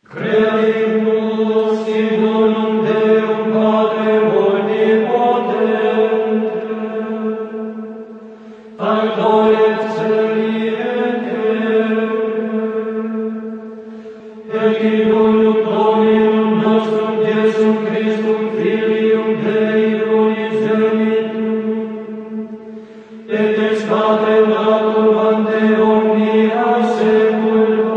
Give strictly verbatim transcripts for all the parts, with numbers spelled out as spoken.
Creamus in unum Deum Padre omnipotente, Factor et celi et terrae, et in unum Dominum nostrum Iesum Christum Filium Dei unigenitum, et ex Patrem natum ante omnia saecula.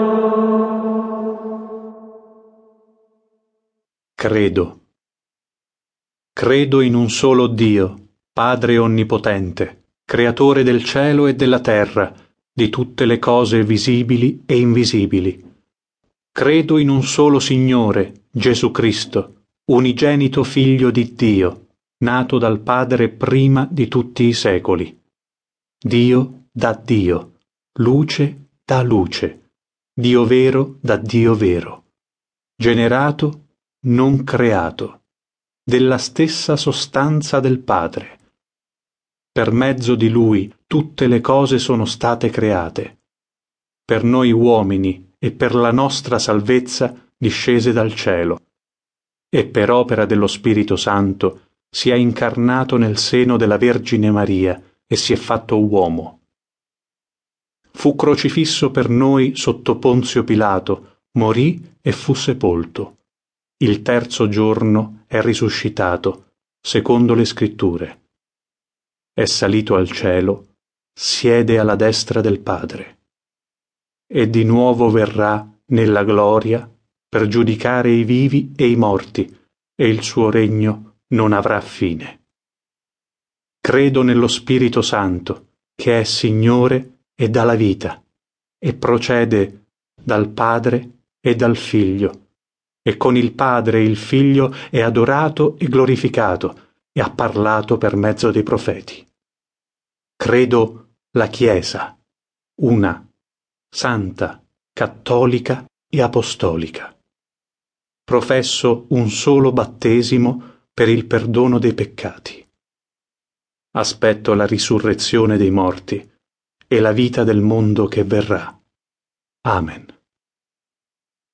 Credo. Credo in un solo Dio, Padre onnipotente, creatore del cielo e della terra, di tutte le cose visibili e invisibili. Credo in un solo Signore, Gesù Cristo, unigenito Figlio di Dio, nato dal Padre prima di tutti i secoli. Dio da Dio, luce da luce, Dio vero da Dio vero, generato non creato, della stessa sostanza del Padre. Per mezzo di Lui tutte le cose sono state create. Per noi uomini e per la nostra salvezza discese dal cielo, e per opera dello Spirito Santo si è incarnato nel seno della Vergine Maria e si è fatto uomo. Fu crocifisso per noi sotto Ponzio Pilato, morì e fu sepolto. Il terzo giorno è risuscitato, secondo le Scritture. È salito al cielo, siede alla destra del Padre. E di nuovo verrà nella gloria per giudicare i vivi e i morti, e il suo regno non avrà fine. Credo nello Spirito Santo, che è Signore e dà la vita, e procede dal Padre e dal Figlio, e con il Padre e il Figlio è adorato e glorificato, e ha parlato per mezzo dei profeti. Credo la Chiesa, una, santa, cattolica e apostolica. Professo un solo battesimo per il perdono dei peccati. Aspetto la risurrezione dei morti e la vita del mondo che verrà. Amen.